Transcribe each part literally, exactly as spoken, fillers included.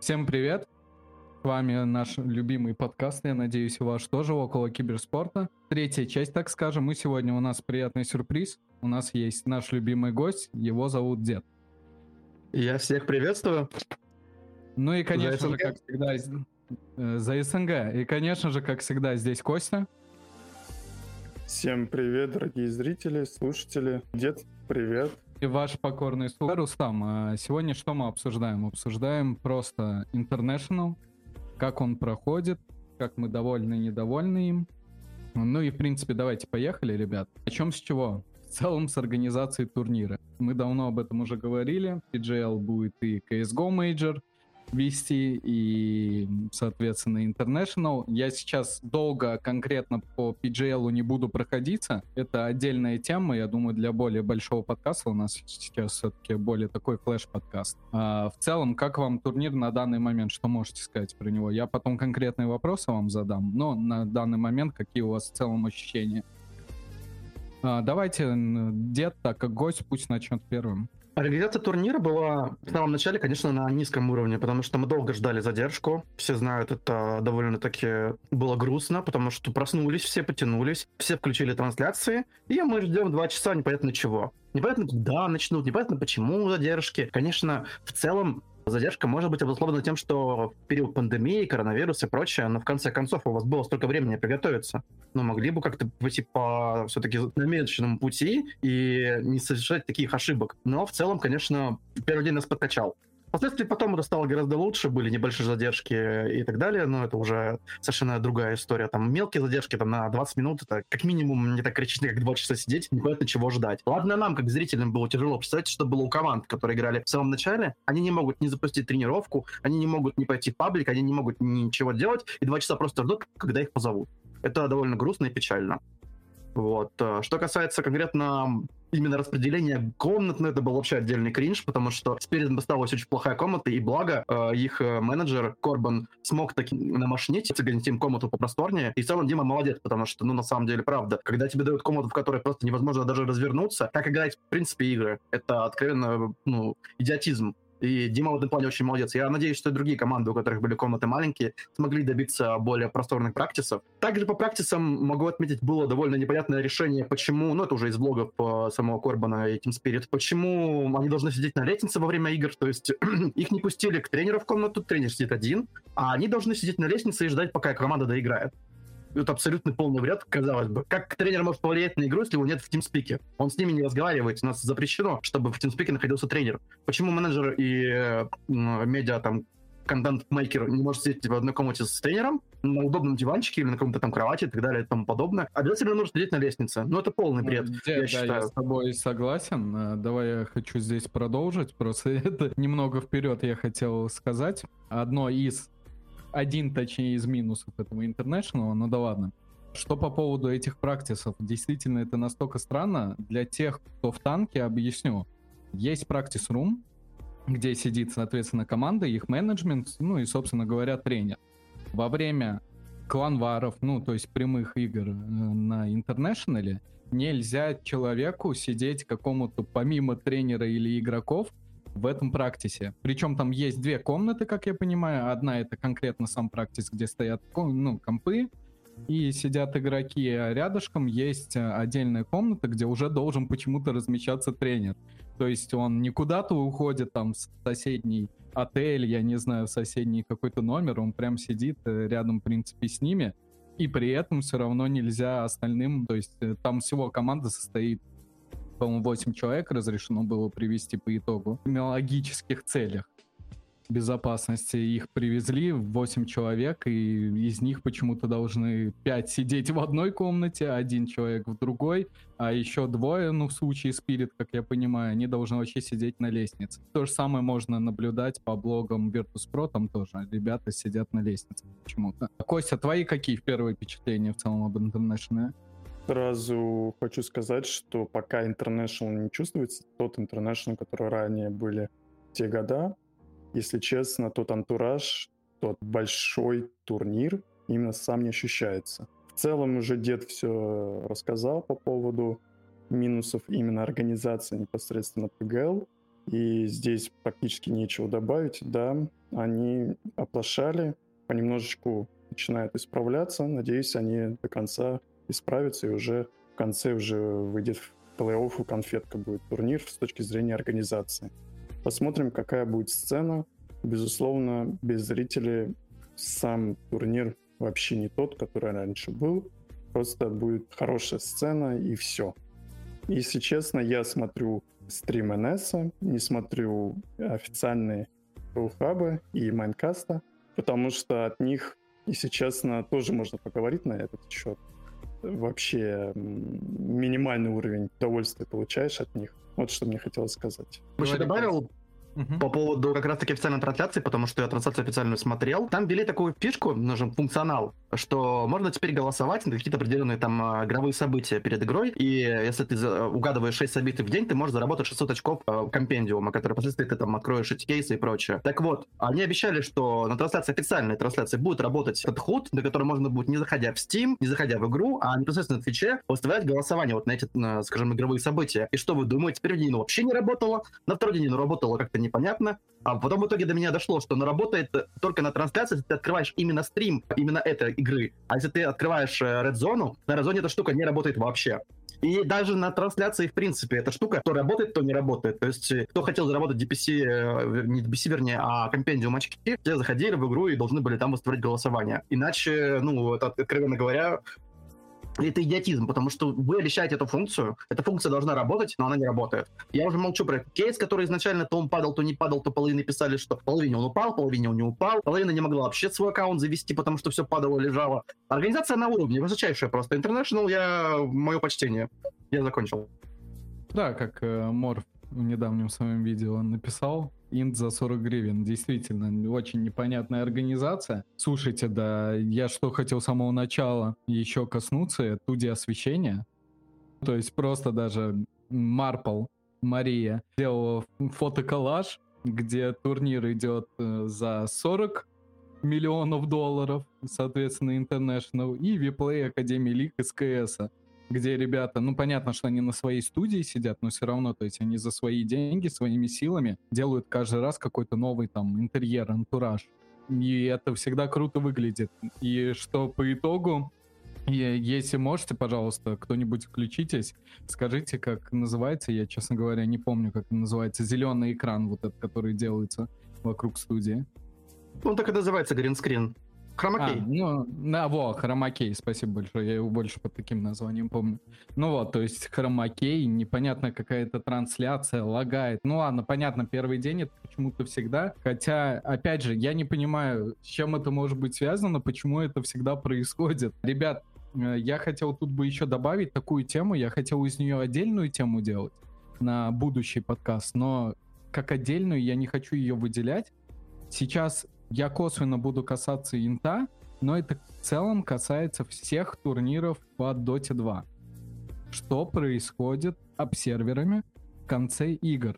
Всем привет! С вами наш любимый подкаст, я надеюсь, и ваш тоже, около киберспорта. Третья часть, так скажем. И сегодня у нас приятный сюрприз. У нас есть наш любимый гость, его зовут Дед. Я всех приветствую. Ну и, конечно За же, как всегда, э, за СНГ. И, конечно же, как всегда, здесь Костя. Всем привет, дорогие зрители, слушатели. Дед, привет. И ваш покорный слуга Рустам. А сегодня что мы обсуждаем? Обсуждаем просто International, как он проходит, как мы довольны, недовольны им. Ну и, в принципе, давайте поехали, ребят. О чем с чего? В целом с организацией турнира. Мы давно об этом уже говорили. пи джи эл будет и си эс го Major вести, и, соответственно, International. Я сейчас долго конкретно по пи джи эл не буду проходиться. Это отдельная тема, я думаю, для более большого подкаста. У нас сейчас все-таки более такой флеш-подкаст. А в целом, как вам турнир на данный момент? Что можете сказать про него? Я потом конкретные вопросы вам задам, но на данный момент какие у вас в целом ощущения? А, давайте, Дед, так как гость, пусть начнет первым. Организация турнира была в самом начале, конечно, на низком уровне, потому что мы долго ждали задержку. Все знают, это довольно-таки было грустно, потому что проснулись, все потянулись, все включили трансляции, и мы ждем два часа непонятно чего. Непонятно, когда начнут, непонятно, почему задержки. Конечно, в целом задержка может быть обусловлена тем, что в период пандемии, коронавируса и прочее, но в конце концов у вас было столько времени приготовиться. Но могли бы как-то пойти по все-таки намеченному пути и не совершать таких ошибок. Но в целом, конечно, первый день нас подкачал. Впоследствии потом это стало гораздо лучше, были небольшие задержки и так далее, но это уже совершенно другая история. Там мелкие задержки там, на двадцать минут, это как минимум не так критично, как два часа сидеть, непонятно чего ждать. Ладно, нам, как зрителям, было тяжело. Представьте, что было у команд, которые играли в самом начале, они не могут не запустить тренировку, они не могут не пойти в паблик, они не могут ничего делать, и два часа просто ждут, когда их позовут. Это довольно грустно и печально. Вот. Что касается конкретно именно распределения комнат, ну, это был вообще отдельный кринж, потому что спереди осталась очень плохая комната, и благо э, их э, менеджер Корбан смог таки намашнить, загонять им комнату попросторнее, и в целом Дима молодец, потому что, ну, на самом деле, правда, когда тебе дают комнату, в которой просто невозможно даже развернуться, как играть, в принципе, игры, это откровенно, ну, идиотизм. И Дима в этом плане очень молодец. Я надеюсь, что и другие команды, у которых были комнаты маленькие, смогли добиться более просторных практисов. Также по практисам, могу отметить, было довольно непонятное решение, почему, ну это уже из блогов самого Корбана и Team Spirit, почему они должны сидеть на лестнице во время игр, то есть их не пустили к тренеру в комнату, тренер сидит один, а они должны сидеть на лестнице и ждать, пока команда доиграет. Это абсолютно полный бред, казалось бы. Как тренер может повлиять на игру, если его нет в TeamSpeak? Он с ними не разговаривает. У нас запрещено, чтобы в TeamSpeak находился тренер. Почему менеджер и э, медиа, там, контент-мейкер не может сидеть в одной комнате с тренером на удобном диванчике или на каком-то там кровати и так далее и тому подобное? Обязательно нужно сидеть на лестнице. Ну, это полный бред, Дед, я да, считаю. я с тобой согласен. Давай я хочу здесь продолжить. Просто это немного вперед я хотел сказать. Одно из Один, точнее, из минусов этого International, ну да ладно. Что по поводу этих практисов? Действительно, это настолько странно. Для тех, кто в танке, объясню. Есть practice room, где сидит, соответственно, команда, их менеджмент, ну и, собственно говоря, тренер. Во время кланваров, ну, то есть прямых игр на International, нельзя человеку сидеть какому-то, помимо тренера или игроков, в этом практисе. Причем там есть две комнаты, как я понимаю. Одна — это конкретно сам практис, где стоят, ну, компы, и сидят игроки, а рядышком есть отдельная комната, где уже должен почему-то размещаться тренер. То есть он не куда-то уходит там в соседний отель, я не знаю, в соседний какой-то номер, он прям сидит рядом, в принципе, с ними, и при этом все равно нельзя остальным, то есть там всего команда состоит, по-моему, восемь человек разрешено было привести по итогу. В логических целях безопасности их привезли, восемь человек, и из них почему-то должны пять сидеть в одной комнате, один человек в другой, а еще двое, ну, в случае Spirit, как я понимаю, они должны вообще сидеть на лестнице. То же самое можно наблюдать по блогам Virtus.pro, там тоже ребята сидят на лестнице почему-то. Костя, твои какие первые впечатления в целом об International? Сразу хочу сказать, что пока International не чувствуется, тот International, который ранее были в те года, если честно, тот антураж, тот большой турнир именно сам не ощущается. В целом уже Дед все рассказал по поводу минусов именно организации непосредственно пи джи эл. И здесь практически нечего добавить. Да, они оплошали, понемножечку начинают исправляться. Надеюсь, они до конца исправятся, и уже в конце уже выйдет в плей-офф, и конфетка будет турнир с точки зрения организации. Посмотрим, какая будет сцена. Безусловно, без зрителей сам турнир вообще не тот, который раньше был. Просто будет хорошая сцена, и все. Если честно, я смотрю стрим эн эс, не смотрю официальные рухабы и майнкаста, потому что от них, если честно, тоже можно поговорить на этот счет. Вообще минимальный уровень удовольствия получаешь от них. Вот что мне хотелось сказать. Еще добавил Угу. по поводу как раз-таки официальной трансляции, потому что я трансляцию официальную смотрел. Там ввели такую фишку, нужен функционал, что можно теперь голосовать на какие-то определенные там а, игровые события перед игрой, и если ты за- угадываешь шесть событий в день, ты можешь заработать шестьсот очков а, компендиума, которые впоследствии ты там откроешь эти кейсы и прочее. Так вот, они обещали, что на трансляции, официальной трансляции, будет работать этот худ, на который можно будет, не заходя в Steam, не заходя в игру, а непосредственно на Твиче, выставлять голосование вот на эти, на, скажем, игровые события. И что вы думаете, первый день оно вообще не работало, на второй день оно работало как-то непонятно, а потом в итоге до меня дошло, что оно работает только на трансляции, если ты открываешь именно стрим именно этой игры. А если ты открываешь э, Red Zone, на Red Zone эта штука не работает вообще. И даже на трансляции, в принципе, эта штука, то работает, то не работает. То есть, э, кто хотел заработать ди пи си, э, не ди пи си, вернее, а компендиум очки, те заходили в игру и должны были там выставлять голосование. Иначе, ну, это, откровенно говоря, это идиотизм, потому что вы обещаете эту функцию, эта функция должна работать, но она не работает. Я уже молчу про кейс, который изначально то он падал, то не падал, то половины писали, что половине он упал, половине он не упал, половина не могла вообще свой аккаунт завести, потому что все падало, лежало. Организация на уровне, высочайшая просто. International, я... мое почтение. Я закончил. Да, как э, Морф в недавнем своем видео написал, инт за сорок гривен. Действительно, очень непонятная организация. Слушайте, да, я что хотел с самого начала еще коснуться, студия освещения. То есть просто даже Марпл, Мария, сделала фотоколлаж, где турнир идет э, за сорок миллионов долларов, соответственно, International, и Виплей Академии Лиг из КС, где ребята, ну, понятно, что они на своей студии сидят, но все равно, то есть они за свои деньги, своими силами делают каждый раз какой-то новый там интерьер, антураж. И это всегда круто выглядит. И что по итогу, и если можете, пожалуйста, кто-нибудь включитесь, скажите, как называется, я, честно говоря, не помню, как называется, зеленый экран вот этот, который делается вокруг студии. Он так и называется, гринскрин. Хромакей. А, ну, да, во, хромакей, спасибо большое, я его больше под таким названием помню. Ну вот, то есть хромакей, непонятно какая-то трансляция, лагает. Ну ладно, понятно, первый день это почему-то всегда. Хотя, опять же, я не понимаю, с чем это может быть связано, почему это всегда происходит. Ребят, я хотел тут бы еще добавить такую тему, я хотел из нее отдельную тему делать на будущий подкаст, но как отдельную я не хочу ее выделять. Сейчас я косвенно буду касаться инта, но это в целом касается всех турниров по Доте два. Что происходит с обсерверами в конце игр?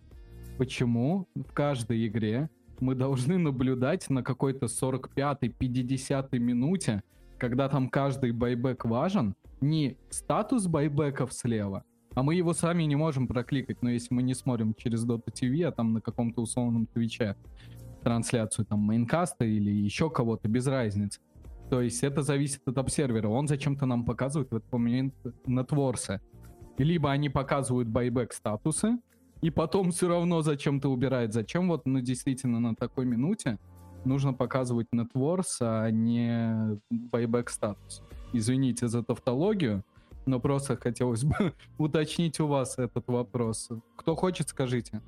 Почему в каждой игре мы должны наблюдать на какой-то сорок пятой пятидесятой минуте, когда там каждый байбек важен, не статус байбеков слева, а мы его сами не можем прокликать, но если мы не смотрим через Dota ти ви, а там на каком-то условном твиче, трансляцию там мейнкаста или еще кого-то, без разницы. То есть это зависит от обсервера. Он зачем-то нам показывает в этот момент нетворсы. Либо они показывают байбек статусы, и потом все равно зачем-то убирает. Зачем вот, ну, действительно, на такой минуте нужно показывать нетворс, а не байбек статус. Извините за тавтологию, но просто хотелось бы уточнить у вас этот вопрос. Кто хочет, скажите.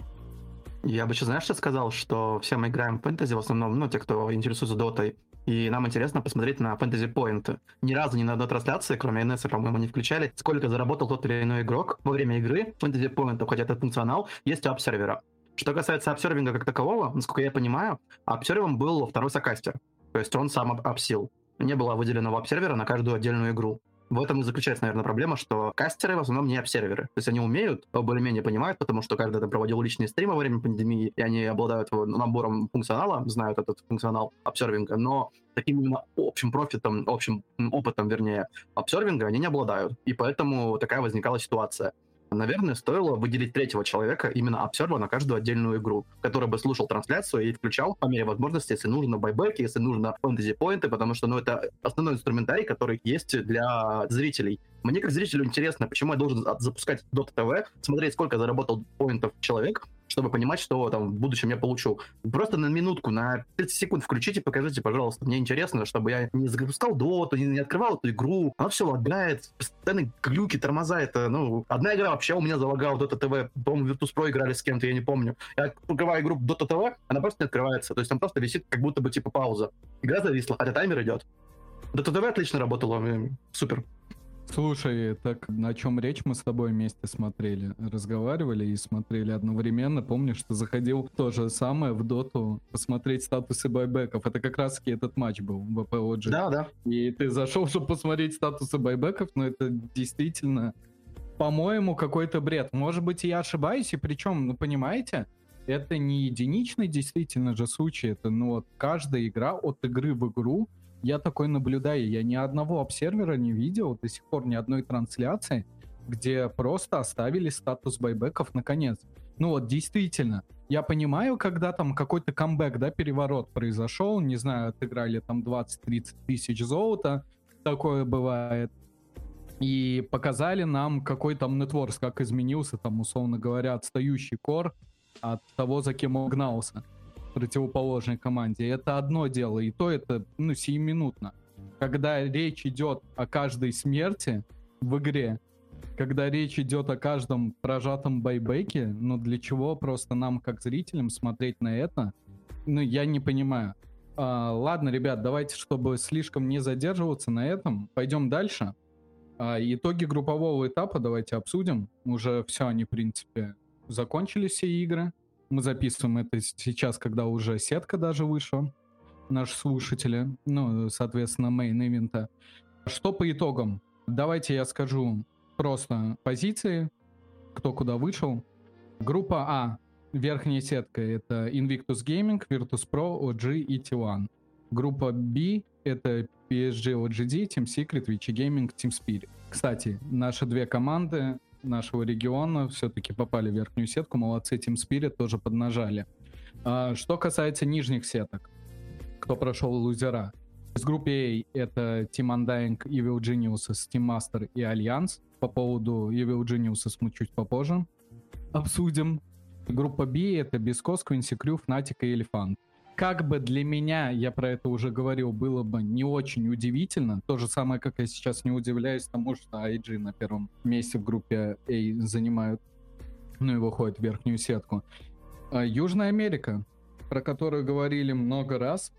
Я бы еще, знаешь, что сказал, что все мы играем в фэнтези, в основном, ну, те, кто интересуется дотой, и нам интересно посмотреть на Fantasy Point. Ни разу ни на одной трансляции, кроме эн эс, по-моему, не включали, сколько заработал тот или иной игрок во время игры. Fantasy Point, хотя этот функционал, есть у обсервера. Что касается обсервинга как такового, насколько я понимаю, обсервером был второй сокастер. То есть он сам обсил. Не было выделенного обсервера на каждую отдельную игру. В этом и заключается, наверное, проблема, что кастеры в основном не обсерверы. То есть они умеют, более-менее понимают, потому что каждый там проводил личные стримы во время пандемии, и они обладают набором функционала, знают этот функционал обсервинга, но таким именно общим профитом, общим опытом, вернее, обсервинга они не обладают. И поэтому такая возникала ситуация. наверное, стоило выделить третьего человека, именно обсерва на каждую отдельную игру, который бы слушал трансляцию и включал по мере возможности, если нужно байбеки, если нужно фэнтези-поинты, потому что, ну, это основной инструментарий, который есть для зрителей. Мне как зрителю интересно, почему я должен запускать Dota ти ви, смотреть, сколько заработал поинтов человек, чтобы понимать, что там в будущем я получу. Просто на минутку, на тридцать секунд включите, покажите, пожалуйста. Мне интересно, чтобы я не запускал доту, не, не открывал эту игру. Она все лагает, постоянно глюки, тормоза. Это, ну, одна игра вообще у меня залагала Dota ти ви. По-моему, Virtus.pro играли с кем-то, я не помню. Я открываю игру Dota ти ви, она просто не открывается. То есть там просто висит как будто бы типа пауза. Игра зависла, хотя таймер идет. Dota ти ви отлично работала, супер. Слушай, так на чем речь мы с тобой вместе смотрели? Разговаривали и смотрели одновременно. Помнишь, что заходил то же самое в доту посмотреть статусы байбеков. Это как раз таки этот матч был в пи о джи. Да, да. И ты зашел, чтобы посмотреть статусы байбеков, но это действительно, по-моему, какой-то бред. Может быть, я ошибаюсь, и причем, ну, понимаете, это не единичный действительно же случай. Это, ну, вот каждая игра от игры в игру. Я такой наблюдаю, я ни одного обсервера не видел, до сих пор ни одной трансляции, где просто оставили статус байбеков наконец. Ну вот, действительно, я понимаю, когда там какой-то камбэк, да, переворот произошел, не знаю, отыграли там двадцать-тридцать тысяч золота, такое бывает, и показали нам, какой там нетворс, как изменился, там, условно говоря, отстающий кор от того, за кем он гнался. Противоположной команде. Это одно дело, и то это, ну, сиюминутно. Когда речь идет о каждой смерти в игре, когда речь идет о каждом прожатом байбеке, ну, для чего просто нам, как зрителям, смотреть на это? Ну, я не понимаю. А, ладно, ребят, давайте, чтобы слишком не задерживаться на этом, пойдем дальше. А, итоги группового этапа давайте обсудим. Уже все, они, в принципе, закончились все игры. Мы записываем это сейчас, когда уже сетка даже вышла, наши слушатели, ну, соответственно, мейн-ивента. Что по итогам? Давайте я скажу просто позиции, кто куда вышел. Группа А, верхняя сетка, это Invictus Gaming, Virtus.pro, о джи и ти один. Группа Б, это пи эс джи, о джи ди, Team Secret, Vici Gaming, Team Spirit. Кстати, наши две команды нашего региона все-таки попали в верхнюю сетку. Молодцы, Team Spirit тоже поднажали. А, что касается нижних сеток, кто прошел лузера. В группе А это Team Undying, Evil Geniuses, Team Master и Альянс. По поводу Evil Geniuses мы чуть попозже обсудим. Группа Б это Бискос, Quincy Crew, Fnatic и Elephant. Как бы для меня, я про это уже говорил, было бы не очень удивительно. То же самое, как я сейчас не удивляюсь тому, что ай джи на первом месте в группе А занимают, ну и выходит в верхнюю сетку. А Южная Америка, про которую говорили много раз.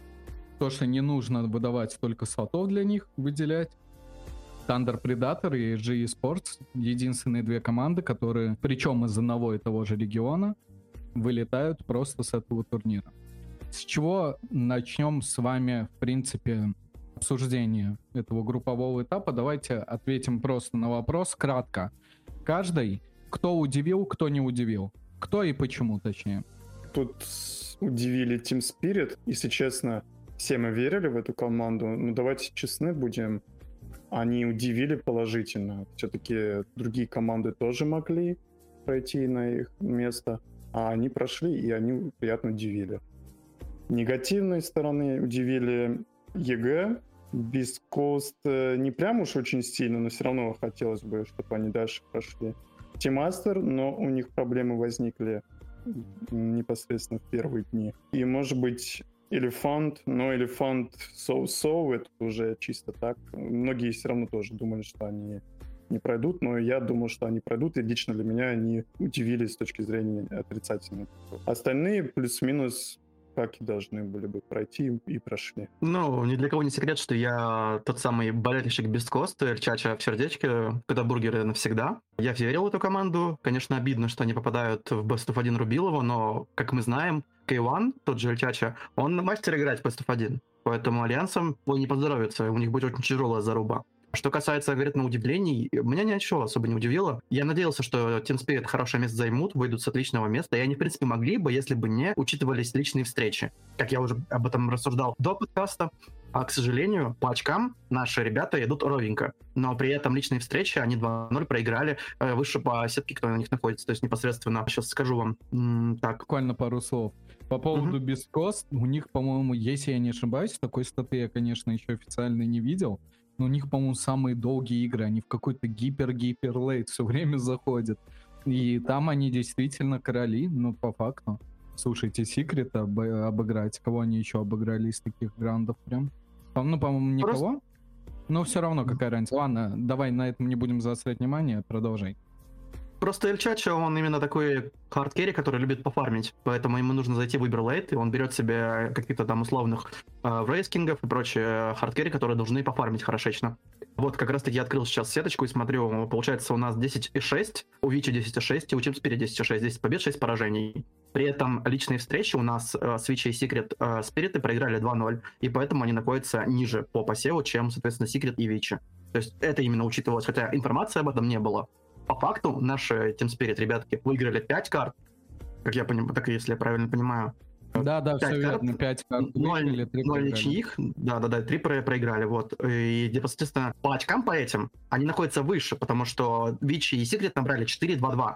То, что не нужно выдавать столько слотов для них, выделять. Thunder Predator и эй джи Esports. Единственные две команды, которые, причем из одного и того же региона, вылетают просто с этого турнира. С чего начнем с вами, в принципе, обсуждение этого группового этапа? Давайте ответим просто на вопрос кратко. Каждый, кто удивил, кто не удивил. Кто и почему, точнее. Тут удивили Team Spirit. Если честно, все мы верили в эту команду. Но давайте честны будем. Они удивили положительно. Все-таки другие команды тоже могли пройти на их место. А они прошли, и они приятно удивили. Негативной стороны удивили ЕГЭ. Бискост не прям уж очень сильно, но все равно хотелось бы, чтобы они дальше прошли. Тимастер, но у них проблемы возникли непосредственно в первые дни. И, может быть, Элефант, но Элефант соу-соу, это уже чисто так. Многие все равно тоже думали, что они не пройдут, но я думал, что они пройдут, и лично для меня они удивились с точки зрения отрицательной. Остальные плюс-минус как и должны были бы пройти и прошли. Ну, ни для кого не секрет, что я тот самый болельщик без коста, Эльчача в сердечке, когда бургеры навсегда. Я верил в эту команду. Конечно, обидно, что они попадают в Best of один Рубилова, но, как мы знаем, кей один, тот же Эльчача, он мастер играть в Best of один. Поэтому Альянсам ой, не поздоровится, у них будет очень тяжелая заруба. Что касается конкретно удивлений, меня ничего особо не удивило. Я надеялся, что Team Spirit хорошее место займут, выйдут с отличного места, и они, в принципе, могли бы, если бы не учитывались личные встречи. Как я уже об этом рассуждал до подкаста, А, к сожалению, по очкам наши ребята идут ровненько. Но при этом личные встречи они два ноль проиграли э, выше по сетке, кто на них находится. То есть непосредственно, сейчас скажу вам. М, так. Буквально пару слов. По поводу Мгм. Бесткост, у них, по-моему, если я не ошибаюсь, такой статы я, конечно, еще официально не видел, но у них, по-моему, самые долгие игры. Они в какой-то гипер-гипер-лейт все время заходят. И там они действительно короли, ну, по факту. Слушайте, Секрет об- обыграть. Кого они еще обыграли из таких грандов прям? По- Ну, по-моему, Просто- никого. Но все равно какая разница. Ладно, давай на этом не будем заострять внимание, продолжай. Просто Эль Чачо, он именно такой хардкерри, который любит пофармить, поэтому ему нужно зайти в Виберлейт, и он берет себе каких-то там условных э, рейскингов и прочие хардкерри, которые должны пофармить хорошечно. Вот как раз таки я открыл сейчас сеточку и смотрю, получается у нас десять и шесть, у Вичи десять и шесть, и у Чипспири десять и шесть, десять побед, шесть поражений. При этом личные встречи у нас э, с Вичи и Секрет э, Спириты проиграли два ноль, и поэтому они находятся ниже по посеву, чем, соответственно, Секрет и Вичи. То есть это именно учитывалось, хотя информации об этом не было. По факту наши Team Spirit ребятки выиграли пять карт, как я понимаю, так если я правильно понимаю. Да, да, все Пять карт, верно. пять карт выиграли, три ноль проиграли. ничьих, да-да-да, три про- проиграли, вот. И, непосредственно, по очкам по этим, они находятся выше, потому что Вичи и Секрет набрали четыре два два.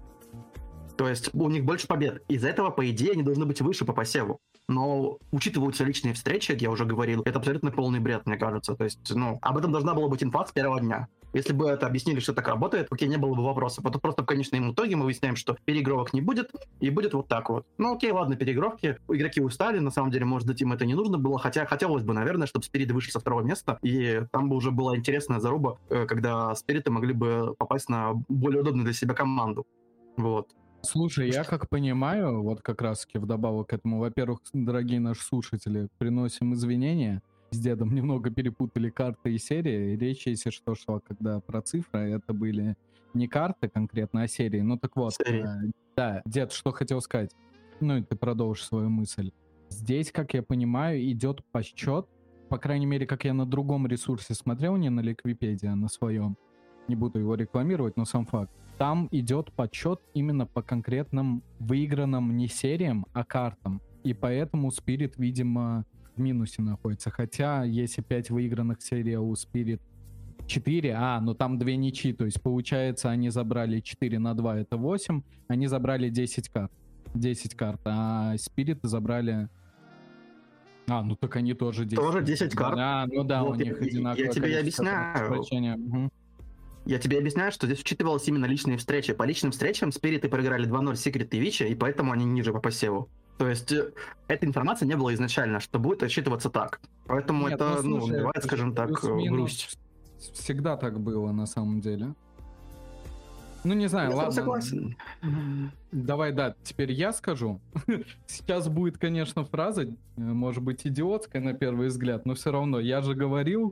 То есть у них больше побед. Из-за этого, по идее, они должны быть выше по посеву. Но учитываются личные встречи, как я уже говорил, это абсолютно полный бред, мне кажется. То есть, ну, об этом должна была быть инфа с первого дня. Если бы это объяснили, что так работает, окей, не было бы вопросов. А то просто в конечном итоге мы выясняем, что переигровок не будет, и будет вот так вот. Ну окей, ладно, переигровки. Игроки устали, на самом деле, может быть, им это не нужно было, хотя хотелось бы, наверное, чтобы спириты вышли со второго места, и там бы уже была интересная заруба, э, когда спириты могли бы попасть на более удобную для себя команду. Вот. Слушай, я как понимаю, вот как раз-таки вдобавок к этому, во-первых, дорогие наши слушатели, приносим извинения. С дедом немного перепутали карты и серии. Речь, если что, шла, когда про цифры, это были не карты конкретно, а серии. Ну так вот, Серии. э, да, дед, что хотел сказать? Ну и ты продолжишь свою мысль. Здесь, как я понимаю, идет подсчет, по крайней мере, как я на другом ресурсе смотрел, не на Ликвипедии, а на своем. Не буду его рекламировать, но сам факт. Там идет подсчет именно по конкретным выигранным не сериям, а картам. И поэтому Spirit, видимо, в минусе находится. Хотя, если пять выигранных серий, а у Spirit четыре, а, ну там две ничьи, то есть получается, они забрали четыре на два, это восемь, они забрали десять карт. десять карт, а Spirit забрали... А, ну так они тоже десять. Тоже десять карт. А, ну да, Вот у я- них я- одинаковое я тебе и количество объясняю. прочения. Мгм. Я тебе объясняю, что здесь учитывалось именно личные встречи. По личным встречам Спириты проиграли два ноль Секрет и Вичи, и поэтому они ниже по посеву. То есть э, этой информации не было изначально, что будет отсчитываться так. Поэтому Нет, это, ну, ну, слушай, вызывает, это скажем же так, э, плюс-минус грусть. Всегда так было, на самом деле. Ну, не знаю, Я с тобой ладно. согласен. Давай, да, теперь я скажу. Сейчас будет, конечно, фраза, э, может быть, идиотская на первый взгляд, но все равно, я же говорил,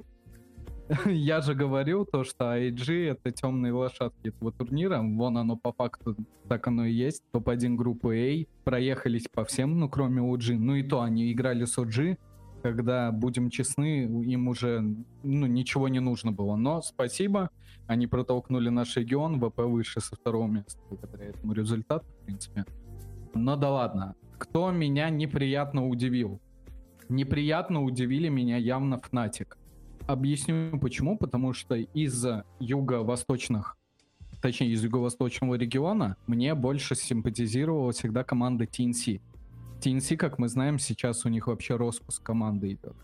я же говорил то, что ай джи это темные лошадки этого турнира. Вон оно по факту, так оно и есть. топ один группы A. Проехались по всем, ну, кроме о джи. Ну и то, они играли с о джи, когда, будем честны, им уже, ну, ничего не нужно было. Но спасибо, они протолкнули наш регион, ВП выше со второго места, благодаря этому результату, в принципе. Но да ладно. Кто меня неприятно удивил? Неприятно удивили меня явно Fnatic. Объясню почему. Потому что из юго-восточных, точнее, из юго-восточного региона мне больше симпатизировала всегда команда ти эн си. ти эн си, как мы знаем, сейчас у них вообще распуск команды идет.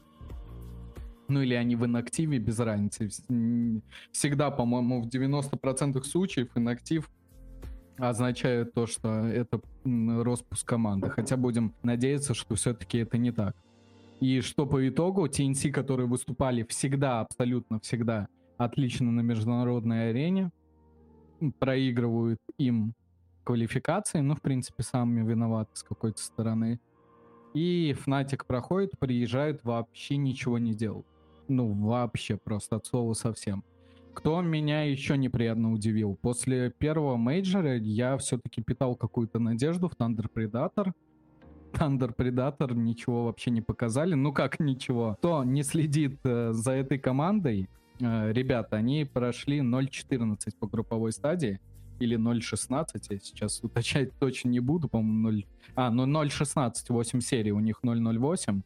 Ну или они в инактиве, без разницы. Всегда, по-моему, в девяноста процентах случаев инактив означает то, что это м, распуск команды. Хотя будем надеяться, что все-таки это не так. И что по итогу, ти эн си, которые выступали всегда, абсолютно всегда отлично на международной арене, проигрывают им квалификации, ну, в принципе, сами виноваты с какой-то стороны. И Fnatic проходит, приезжают, вообще ничего не делают. Ну, вообще, просто от слова совсем. Кто меня еще неприятно удивил? После первого мейджора я все-таки питал какую-то надежду в Thunder Predator. Thunder Predator ничего вообще не показали. Ну как ничего? Кто не следит э, за этой командой, э, ребята, они прошли ноль четырнадцать по групповой стадии. Или ноль шестнадцать, я сейчас уточнять точно не буду, по-моему, ноль... А, ну ноль шестнадцать, восемь серий, у них ноль ноль восемь.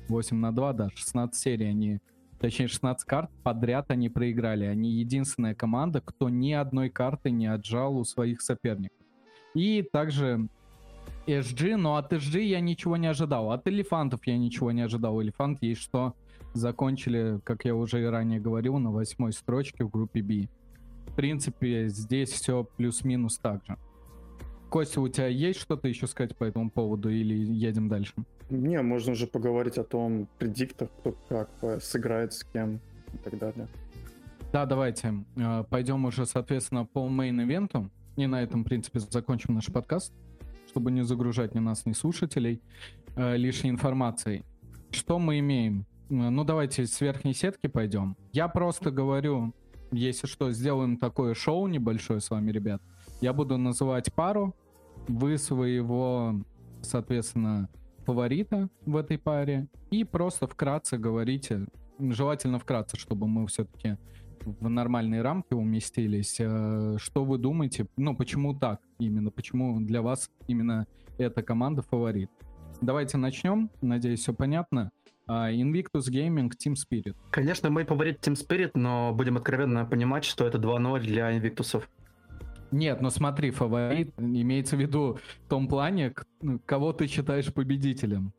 восемь на два, да, шестнадцать серий они, точнее шестнадцать карт подряд они проиграли. Они единственная команда, кто ни одной карты не отжал у своих соперников. И также эс джи, но от эс джи я ничего не ожидал. От элефантов я ничего не ожидал. Элефант есть что закончили, как я уже и ранее говорил, на восьмой строчке в группе B. В принципе, здесь все плюс-минус так же. Костя, у тебя есть что-то еще сказать по этому поводу или едем дальше? Не, можно уже поговорить о том, предиктах, кто как э, сыграет с кем и так далее. Да, давайте. Э, Пойдем уже, соответственно, по мейн-ивенту. И на этом, в принципе, закончим наш подкаст, чтобы не загружать ни нас, ни слушателей э, лишней информацией. Что мы имеем? Ну, давайте с верхней сетки пойдем. Я просто говорю, если что, сделаем такое шоу небольшое с вами, ребят. Я буду называть пару. Вы своего, соответственно, фаворита в этой паре. И просто вкратце говорите, желательно вкратце, чтобы мы все-таки в нормальные рамки уместились. Что вы думаете? Ну, почему так именно? Почему для вас именно эта команда фаворит? Давайте начнем. Надеюсь, все понятно. Invictus Gaming, Team Spirit. Конечно, мой фаворит Team Spirit, но будем откровенно понимать, что это два ноль для Invictus'ов. Нет, но смотри, фаворит имеется в виду в том плане, кого ты считаешь победителем.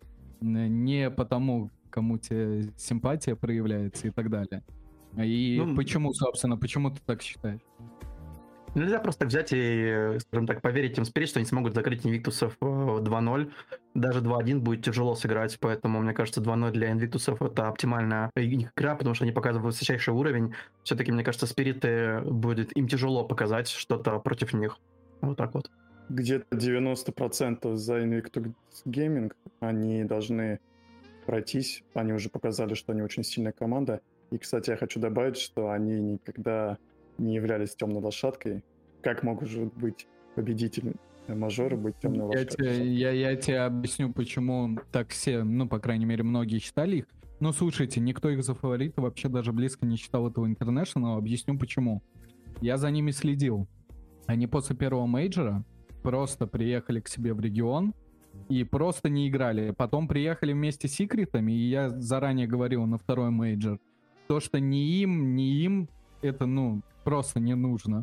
Не потому, кому тебе симпатия проявляется и так далее. И ну, почему, собственно, почему ты так считаешь? Нельзя просто взять и, скажем так, поверить Team Spirit, что они смогут закрыть Invictus'ов два ноль. Даже два один будет тяжело сыграть, поэтому, мне кажется, два ноль для Invictus'ов это оптимальная игра, потому что они показывают высочайший уровень. Все-таки, мне кажется, Spirit будет им тяжело показать что-то против них. Вот так вот. Где-то девяносто процентов за Invictus Gaming они должны пройтись. Они уже показали, что они очень сильная команда. И, кстати, я хочу добавить, что они никогда не являлись темной лошадкой. Как могут быть победители мажора быть темной лошадкой? Я, я, я тебе объясню, почему так все, ну, по крайней мере, многие считали их. Ну, слушайте, никто их за фаворита вообще даже близко не считал этого International. Объясню, почему. Я за ними следил. Они после первого мейджора просто приехали к себе в регион и просто не играли. Потом приехали вместе с секретами, и я заранее говорил на второй мейджор, то, что ни им, ни им это, ну, просто не нужно.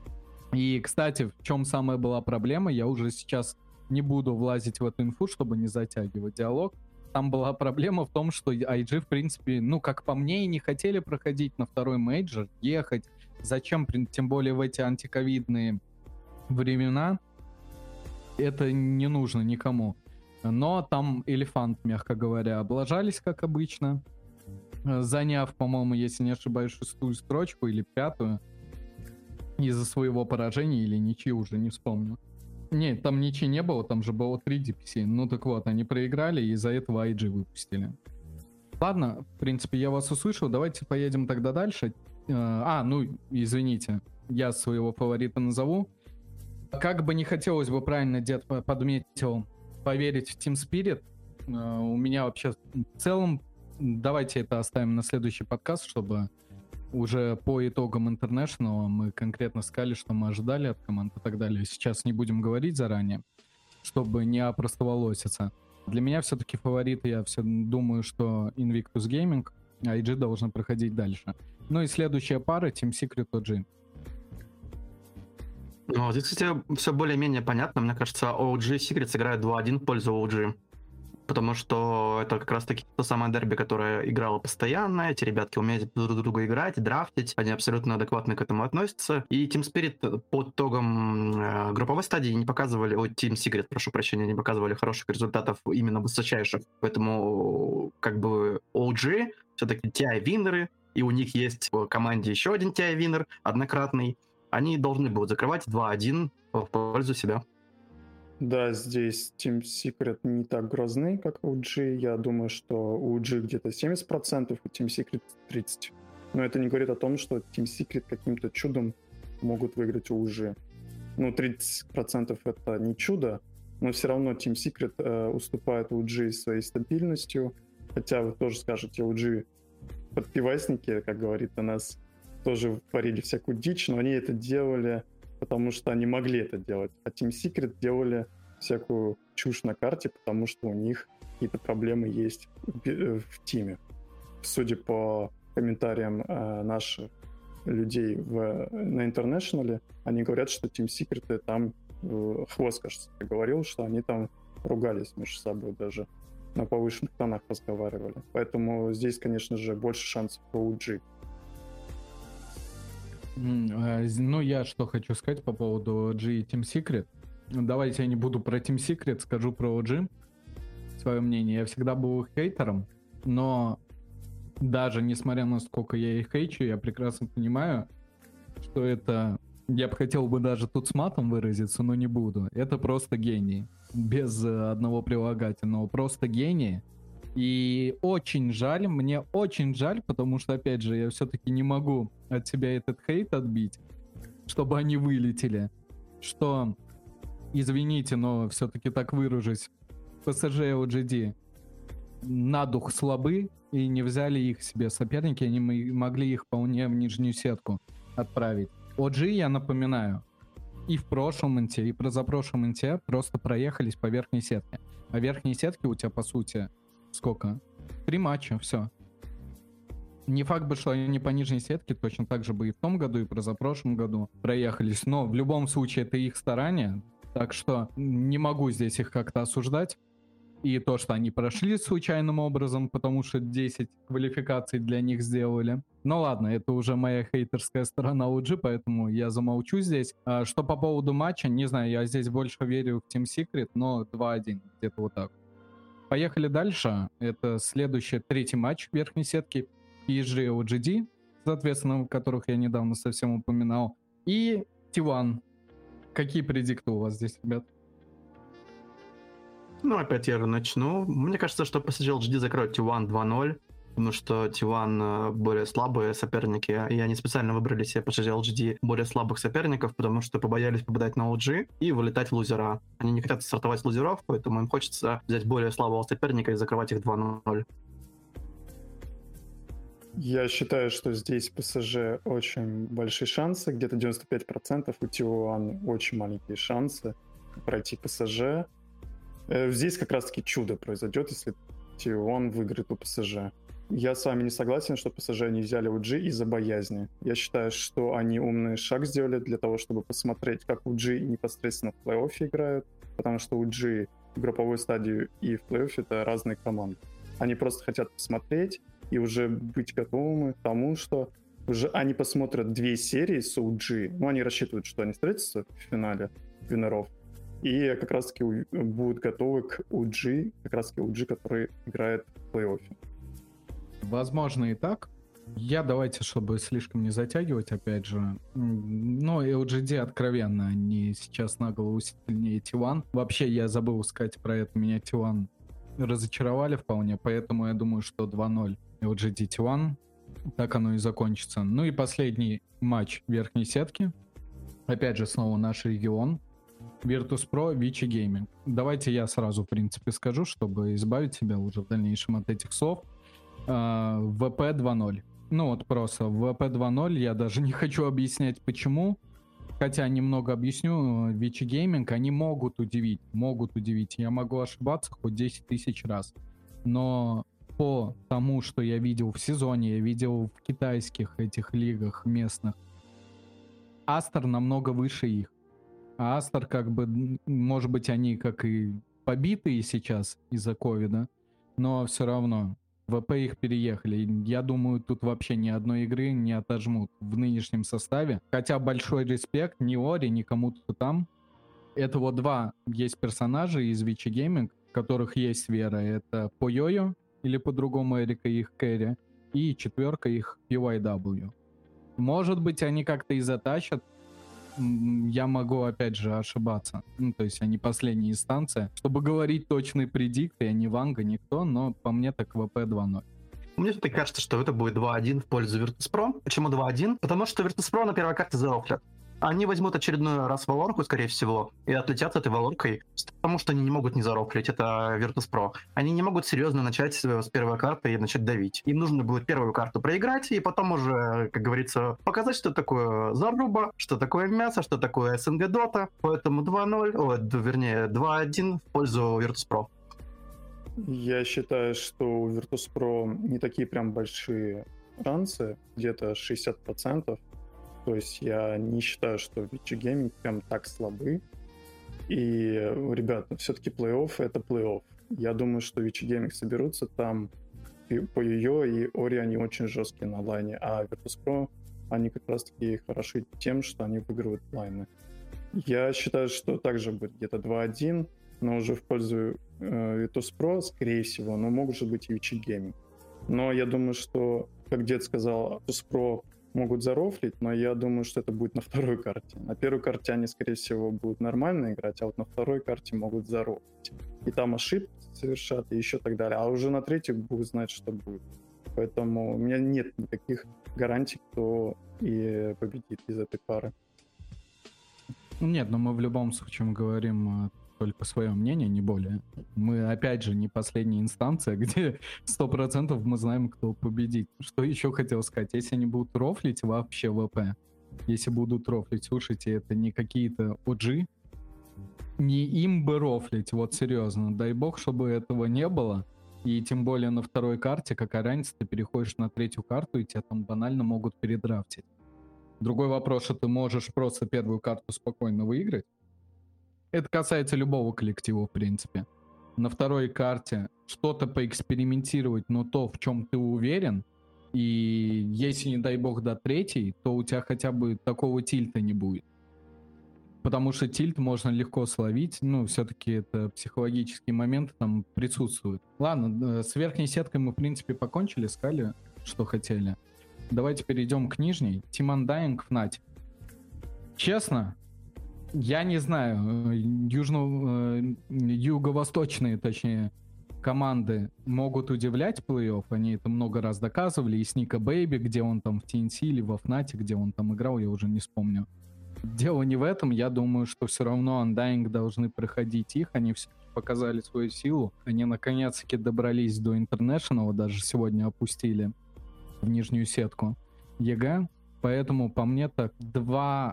И, кстати, в чем самая была проблема, я уже сейчас не буду влазить в эту инфу, чтобы не затягивать диалог. Там была проблема в том, что ай джи, в принципе, ну, как по мне, и не хотели проходить на второй мейджор, ехать. Зачем, тем более в эти антиковидные времена, это не нужно никому. Но там элефант, мягко говоря, облажались, как обычно, заняв, по-моему, если не ошибаюсь, шестую строчку или пятую из-за своего поражения или ничьи, уже не вспомню. Нет, там ничьи не было, там же было три ди пи си. Ну так вот, они проиграли, и из-за этого ай джи выпустили. Ладно, в принципе, я вас услышал, давайте поедем тогда дальше. А, ну, извините, я своего фаворита назову. Как бы не хотелось бы, правильно дед подметил, поверить в Team Spirit, у меня вообще в целом, давайте это оставим на следующий подкаст, чтобы уже по итогам International мы конкретно сказали, что мы ожидали от команд и так далее. Сейчас не будем говорить заранее, чтобы не опростоволоситься. Для меня все-таки фавориты, я все думаю, что Invictus Gaming, ай джи должны проходить дальше. Ну и следующая пара Team Secret о джи. Ну, здесь, кстати, все более-менее понятно. Мне кажется, о джи Secret сыграет два один в пользу о джи. Потому что это как раз-таки то самое дерби, которое играло постоянно. Эти ребятки умеют друг друга играть, драфтить. Они абсолютно адекватно к этому относятся. И Team Spirit по итогам э, групповой стадии не показывали... Ой, Team Secret, прошу прощения, не показывали хороших результатов, именно высочайших. Поэтому как бы о джи все-таки ти ай-виннеры, и у них есть в команде еще один ти ай-виннер, однократный. Они должны будут закрывать два один в пользу себя. Да, здесь Team Secret не так грозны, как о джи. Я думаю, что у о джи где-то семьдесят процентов, у Team Secret тридцать процентов. Но это не говорит о том, что Team Secret каким-то чудом могут выиграть у о джи. Ну, тридцать процентов это не чудо, но все равно Team Secret э, уступает о джи своей стабильностью. Хотя вы тоже скажете, о джи подпивасники, как говорит о нас, тоже творили всякую дичь, но они это делали, потому что они могли это делать. А Team Secret делали всякую чушь на карте, потому что у них какие-то проблемы есть в, в тиме. Судя по комментариям э, наших людей в, на Интернешнале, они говорят, что Team Secret там, э, Хвост, кажется, говорил, что они там ругались между собой даже, на повышенных тонах разговаривали. Поэтому здесь, конечно же, больше шансов по о джи. Ну, я что хочу сказать по поводу о джи и Team Secret. Давайте я не буду про Team Secret, скажу про о джи свое мнение. Я всегда был хейтером, но даже несмотря на сколько я их хейчу, я прекрасно понимаю, что это... Я бы хотел бы даже тут с матом выразиться, но не буду. Это просто гений. Без одного прилагательного. Просто гений. И очень жаль, мне очень жаль, потому что, опять же, я все-таки не могу от себя этот хейт отбить, чтобы они вылетели. Что, извините, но все-таки так выражусь, пэ эс жи и о джи ди на дух слабы и не взяли их себе соперники, они могли их вполне в нижнюю сетку отправить. о джи, я напоминаю, и в прошлом инте, и про запрошлом инте просто проехались по верхней сетке. А верхней сетке у тебя, по сути, сколько? Три матча, все. Не факт бы, что они по нижней сетке точно так же бы и в том году, и про запрошлом году проехались, но в любом случае это их старания, так что не могу здесь их как-то осуждать. И то, что они прошли случайным образом, потому что десять квалификаций для них сделали. Ну ладно, это уже моя хейтерская сторона о джи, поэтому я замолчу здесь. А что по поводу матча, не знаю, я здесь больше верю в Team Secret, но два один, где-то вот так. Поехали дальше. Это следующий, третий матч верхней сетки. пи эс джи и о джи ди, соответственно, которых я недавно совсем упоминал. И ти один. Какие предикты у вас здесь, ребят? Ну, опять я начну. Мне кажется, что пи эс джи эл джи ди закроют ти один два ноль, потому что ти один более слабые соперники, и они специально выбрали себе пи эс джи эл джи ди более слабых соперников, потому что побоялись попадать на о джи и вылетать в лузера. Они не хотят стартовать с лузеров, поэтому им хочется взять более слабого соперника и закрывать их два ноль. Я считаю, что здесь пи эс жи очень большие шансы, где-то девяносто пять процентов, у ти один очень маленькие шансы пройти пи эс жи. Здесь как раз-таки чудо произойдет, если ти один выиграет у пи эс жи. Я с вами не согласен, что пи эс жи не взяли о джи из-за боязни. Я считаю, что они умный шаг сделали для того, чтобы посмотреть, как о джи непосредственно в плей-оффе играют, потому что о джи в групповой стадии и в плей-оффе — это разные команды. Они просто хотят посмотреть и уже быть готовыми к тому, что уже они посмотрят две серии с о джи, ну, они рассчитывают, что они встретятся в финале виннеров, и как раз-таки будут готовы к о джи, как раз-таки о джи, который играет в плей-оффе. Возможно и так. Я, давайте, чтобы слишком не затягивать, опять же, но и о джи ди откровенно, они сейчас на голову сильнее ти один. Вообще, я забыл сказать про это, меня ти один разочаровали вполне, поэтому я думаю, что два ноль о джи ди ти один, так оно и закончится. Ну и последний матч верхней сетки. Опять же, снова наш регион. Virtus.pro, Vici Gaming. Давайте я сразу, в принципе, скажу, чтобы избавить себя уже в дальнейшем от этих слов. ви пи два ноль. Ну вот просто ви пи два ноль, я даже не хочу объяснять почему, хотя немного объясню. Vici Gaming, они могут удивить, могут удивить. Я могу ошибаться хоть десять тысяч раз, но по тому, что я видел в сезоне, я видел в китайских этих лигах местных, Астер намного выше их. А Астер, как бы, может быть, они как и побитые сейчас из-за ковида, но все равно ви пи их переехали. Я думаю, тут вообще ни одной игры не отожмут в нынешнем составе. Хотя большой респект ни Ори, ни кому-то там. Это вот два есть персонажа из Vici Gaming, в которых есть вера. Это Пойойо, или по-другому Эрика их Кэрри, и четверка их пи вай дабл ю. Может быть, они как-то и затащат. Я могу, опять же, ошибаться. Ну, то есть они последняя инстанция. Чтобы говорить точный предикт, я не Ванга, никто, но по мне так ви пи два ноль. Мне все-таки кажется, что это будет два один в пользу Virtus.pro. Почему два один? Потому что Virtus.pro на первой карте зарофлят. Они возьмут очередной раз валорку, скорее всего, и отлетят с этой валоркой, потому что они не могут не зарофлить, это Virtus.pro. Они не могут серьезно начать с первой карты и начать давить. Им нужно будет первую карту проиграть, и потом уже, как говорится, показать, что такое заруба, что такое мясо, что такое эс эн гэ Dota. Поэтому два ноль, о, вернее, два один в пользу Virtus.pro. Я считаю, что у Virtus.pro не такие прям большие шансы, где-то шестьдесят процентов. То есть я не считаю, что ви джи Gaming прям так слабы. И, ребят, ну, все-таки плей-офф — это плей-офф. Я думаю, что ви джи Gaming соберутся там по ее и Ори они очень жесткие на лайне, а Virtus.pro, они как раз-таки хороши тем, что они выигрывают лайны. Я считаю, что также будет где-то два один, но уже в пользу э, Virtus.pro, скорее всего, но может быть и ви джи Gaming. Но я думаю, что, как дед сказал, Virtus.pro могут зарофлить, но я думаю, что это будет на второй карте. На первой карте они, скорее всего, будут нормально играть, а вот на второй карте могут зарофлить. И там ошибки совершат, и еще так далее. А уже на третьей будут знать, что будет. Поэтому у меня нет никаких гарантий, кто и победит из этой пары. Нет, но мы в любом случае говорим только свое мнение, не более. Мы, опять же, не последняя инстанция, где сто процентов мы знаем, кто победит. Что еще хотел сказать? Если они будут рофлить вообще ВП, если будут рофлить, слушайте, это не какие-то о джи, не им бы рофлить, вот серьезно. Дай бог, чтобы этого не было. И тем более на второй карте, какая разница, ты переходишь на третью карту, и тебя там банально могут передрафтить. Другой вопрос, что ты можешь просто первую карту спокойно выиграть. Это касается любого коллектива, в принципе. На второй карте что-то поэкспериментировать, но то, в чем ты уверен, и если, не дай бог, до третьей, то у тебя хотя бы такого тильта не будет. Потому что тильт можно легко словить, ну, все-таки это психологический момент там присутствует. Ладно, с верхней сеткой мы, в принципе, покончили, сказали, что хотели. Давайте перейдем к нижней. Team Undying, Fnatic. Честно, я не знаю, южно, юго-восточные, точнее, команды могут удивлять плей-офф. Они это много раз доказывали. И с Ника Бэйби, где он там в ти эн ти или во Fnatic, где он там играл, я уже не вспомню. Дело не в этом. Я думаю, что все равно Undying должны проходить их. Они все показали свою силу. Они наконец-таки добрались до International. Даже сегодня опустили в нижнюю сетку ЕГЭ. Поэтому по мне так два...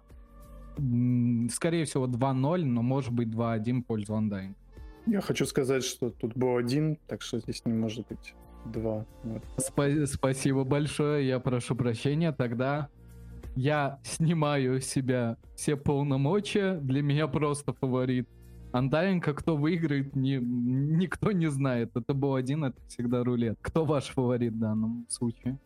Скорее всего два ноль, но может быть два один в пользу Undying. Я хочу сказать, что тут был один, так что здесь не может быть два. Вот. Спа- спасибо большое, я прошу прощения. Тогда я снимаю с себя все полномочия. Для меня просто фаворит Undying, а кто выиграет, не, никто не знает. Это был один, это всегда рулет. Кто ваш фаворит в данном случае?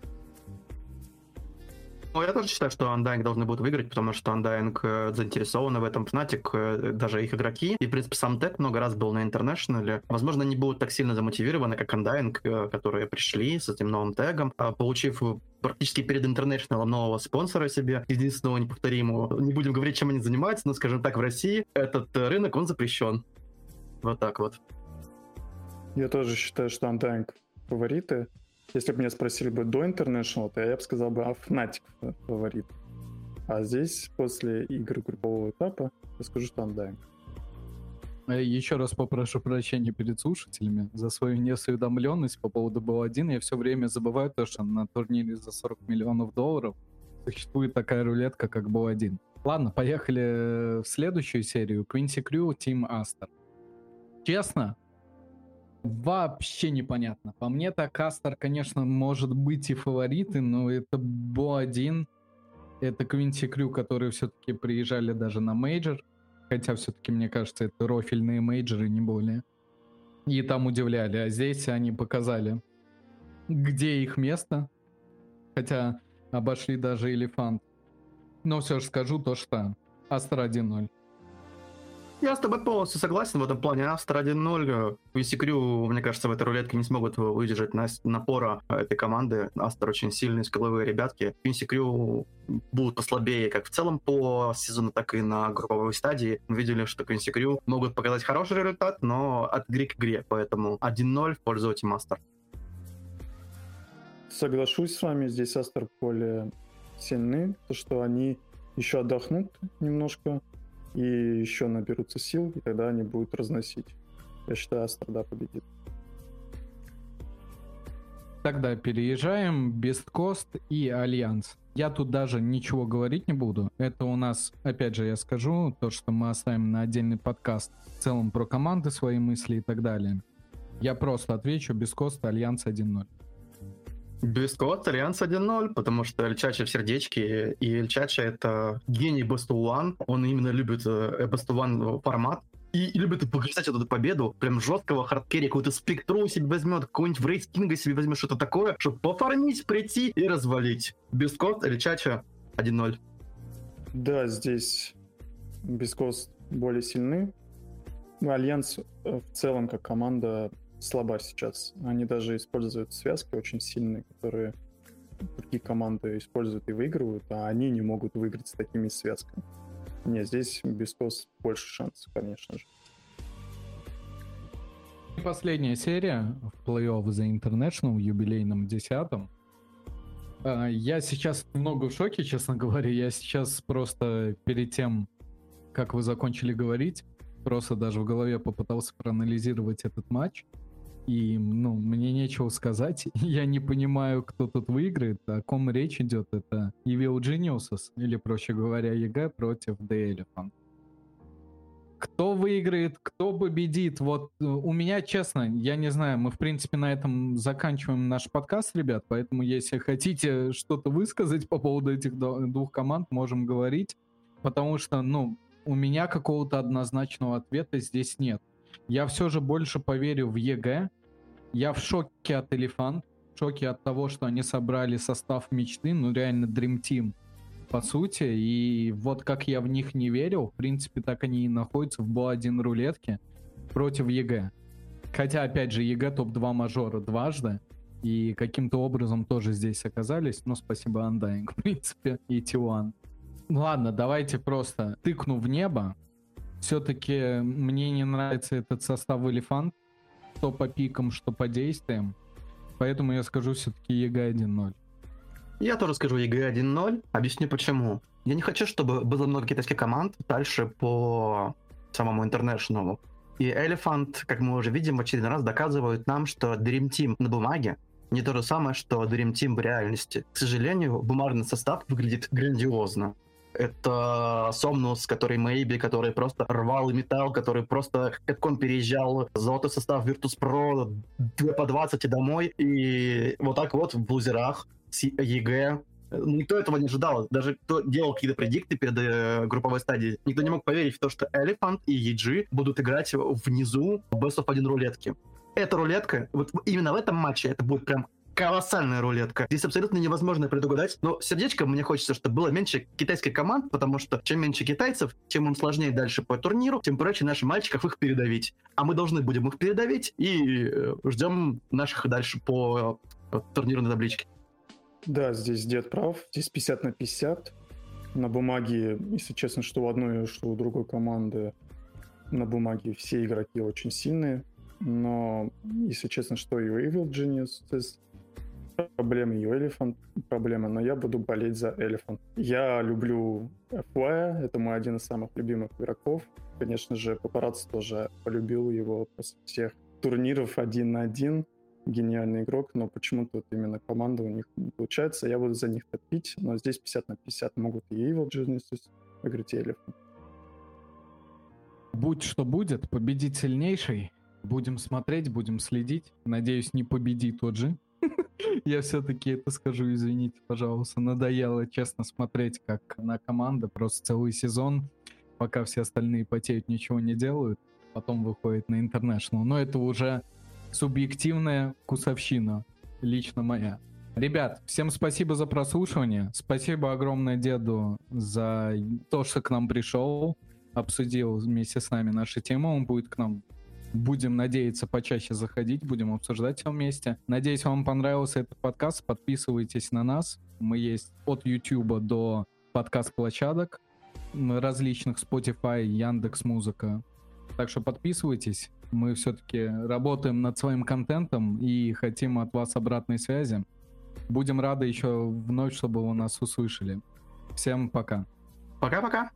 Ну, я тоже считаю, что Undying должны будут выиграть, потому что Undying э, заинтересованы в этом. Fnatic, э, даже их игроки, и, в принципе, сам Тек много раз был на International. Возможно, они будут так сильно замотивированы, как Undying, э, которые пришли с этим новым тегом, э, получив практически перед International нового спонсора себе, единственного неповторимого. Не будем говорить, чем они занимаются, но, скажем так, в России этот э, рынок, он запрещен. Вот так вот. Я тоже считаю, что Undying фавориты. Если бы меня спросили бы до International, то я бы сказал бы, а Fnatic фаворит. А здесь, после игр группового этапа, я скажу, что Undying. Еще раз попрошу прощения перед слушателями за свою неосведомленность по поводу би о один. Я все время забываю то, что на турнире за сорок миллионов долларов существует такая рулетка, как би о один. Ладно, поехали в следующую серию. Quincy Crew, Team Aster. Честно, вообще непонятно. По мне так Астер, конечно, может быть и фавориты, но это би о один, это Quincy Crew, которые все-таки приезжали даже на мейджор, хотя все-таки, мне кажется, это рофильные мейджоры, не более. И там удивляли, а здесь они показали, где их место, хотя обошли даже Элефант. Но все же скажу то, что Астер один ноль. Я с тобой полностью согласен в этом плане. Астер один ноль. Quincy Crew, мне кажется, в этой рулетке не смогут выдержать напора этой команды. Астер очень сильные, скилловые ребятки. Quincy Crew будут послабее как в целом по сезону, так и на групповой стадии. Мы видели, что Quincy Crew могут показать хороший результат, но от игры к игре. Поэтому один ноль в пользу Team Aster. Соглашусь с вами, здесь Астер более сильны, то что они еще отдохнут немножко, и еще наберутся сил, и тогда они будут разносить. Я считаю, Астер, да, победит. Тогда переезжаем, Best Coast и Альянс. Я тут даже ничего говорить не буду. Это у нас, опять же, я скажу, то, что мы оставим на отдельный подкаст в целом про команды, свои мысли и так далее. Я просто отвечу, без коста Альянс один ноль. Без коста Альянс один ноль, потому что Эль Чача в сердечке, и Эль Чача это гений Best of One, он именно любит э, Best of One формат, и, и любит погрызать эту победу, прям жесткого хардкерри, какую-то спектру себе возьмет, какой-нибудь в рейд Кинга себе возьмет, что-то такое, чтобы пофармить, прийти и развалить. Без коста Эль Чача один ноль. Да, здесь без кост более сильны. Ну, Альянс в целом как команда слаба сейчас. Они даже используют связки очень сильные, которые другие команды используют и выигрывают, а они не могут выиграть с такими связками. Не, здесь без кост больше шансов, конечно же. И последняя серия в плей-офф The International в юбилейном десятом. Я сейчас немного в шоке, честно говоря. Я сейчас просто перед тем, как вы закончили говорить, просто даже в голове попытался проанализировать этот матч. И, ну, мне нечего сказать. Я не понимаю, кто тут выиграет, о ком речь идет. Это Evil Geniuses, или, проще говоря, ЕГЭ против The Elephant. Кто выиграет, кто победит? Вот у меня, честно, я не знаю, мы, в принципе, на этом заканчиваем наш подкаст, ребят, поэтому, если хотите что-то высказать по поводу этих двух команд, можем говорить, потому что, ну, у меня какого-то однозначного ответа здесь нет. Я все же больше поверю в ЕГЭ. Я в шоке от Elephant, в шоке от того, что они собрали состав мечты, ну реально Dream Team, по сути. И вот как я в них не верил, в принципе, так они и находятся в Бо один рулетке против ЕГЭ. Хотя, опять же, ЕГЭ топ два мажора дважды, и каким-то образом тоже здесь оказались. Ну, спасибо Undying, в принципе, и Ти один. Ладно, давайте просто тыкну в небо. Все-таки мне не нравится этот состав Elephant, что по пикам, что по действиям. Поэтому я скажу все-таки ЕГЭ один ноль. Я тоже скажу ЕГЭ один ноль. Объясню почему. Я не хочу, чтобы было много китайских команд дальше по самому International. И Elephant, как мы уже видим, в очередной раз доказывают нам, что Dream Team на бумаге не то же самое, что Dream Team в реальности. К сожалению, бумажный состав выглядит грандиозно. Это Сомнус, который Мэйби, который просто рвал и металл, который просто как он переезжал золотой состав Virtus.pro по двадцать и домой. И вот так вот в лузерах с ЕГЭ. Никто этого не ожидал. Даже кто делал какие-то предикты перед э, групповой стадией, никто не мог поверить в то, что Elephant и и джи будут играть внизу в Best of один рулетки. Эта рулетка, вот именно в этом матче, это будет прям колоссальная рулетка. Здесь абсолютно невозможно предугадать. Но сердечко мне хочется, чтобы было меньше китайских команд, потому что чем меньше китайцев, тем им сложнее дальше по турниру, тем проще нашим мальчикам их передавить. А мы должны будем их передавить и ждем наших дальше по турнирной табличке. Да, здесь дед прав. Здесь пятьдесят на пятьдесят. На бумаге, если честно, что у одной, что у другой команды, на бумаге все игроки очень сильные. Но, если честно, что и у Evil Genius, то есть проблемы, и у Elephant проблемы, но я буду болеть за Elephant. Я люблю эф уай, это мой один из самых любимых игроков. Конечно же, Папарацци тоже полюбил его после всех турниров один на один. Гениальный игрок, но почему-то вот именно команда у них не получается. Я буду за них топить, но здесь пятьдесят на пятьдесят могут и Evil Genius выиграть, и Elephant. Будь что будет, победит сильнейший. Будем смотреть, будем следить. Надеюсь, не победит тот же. Я все-таки это скажу, извините, пожалуйста. Надоело, честно, смотреть, как на команда просто целый сезон, пока все остальные потеют, ничего не делают, потом выходит на International. Но это уже субъективная вкусовщина, лично моя. Ребят, всем спасибо за прослушивание. Спасибо огромное деду за то, что к нам пришел, обсудил вместе с нами наши темы. Он будет к нам, будем надеяться, почаще заходить, будем обсуждать все вместе. Надеюсь, вам понравился этот подкаст. Подписывайтесь на нас. Мы есть от YouTube до подкаст-площадок различных, Spotify, Яндекс.Музыка. Так что подписывайтесь. Мы все-таки работаем над своим контентом и хотим от вас обратной связи. Будем рады еще вновь, чтобы вы нас услышали. Всем пока. Пока-пока.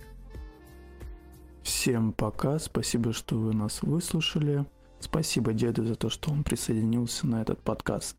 Всем пока, спасибо, что вы нас выслушали. Спасибо деду за то, что он присоединился на этот подкаст.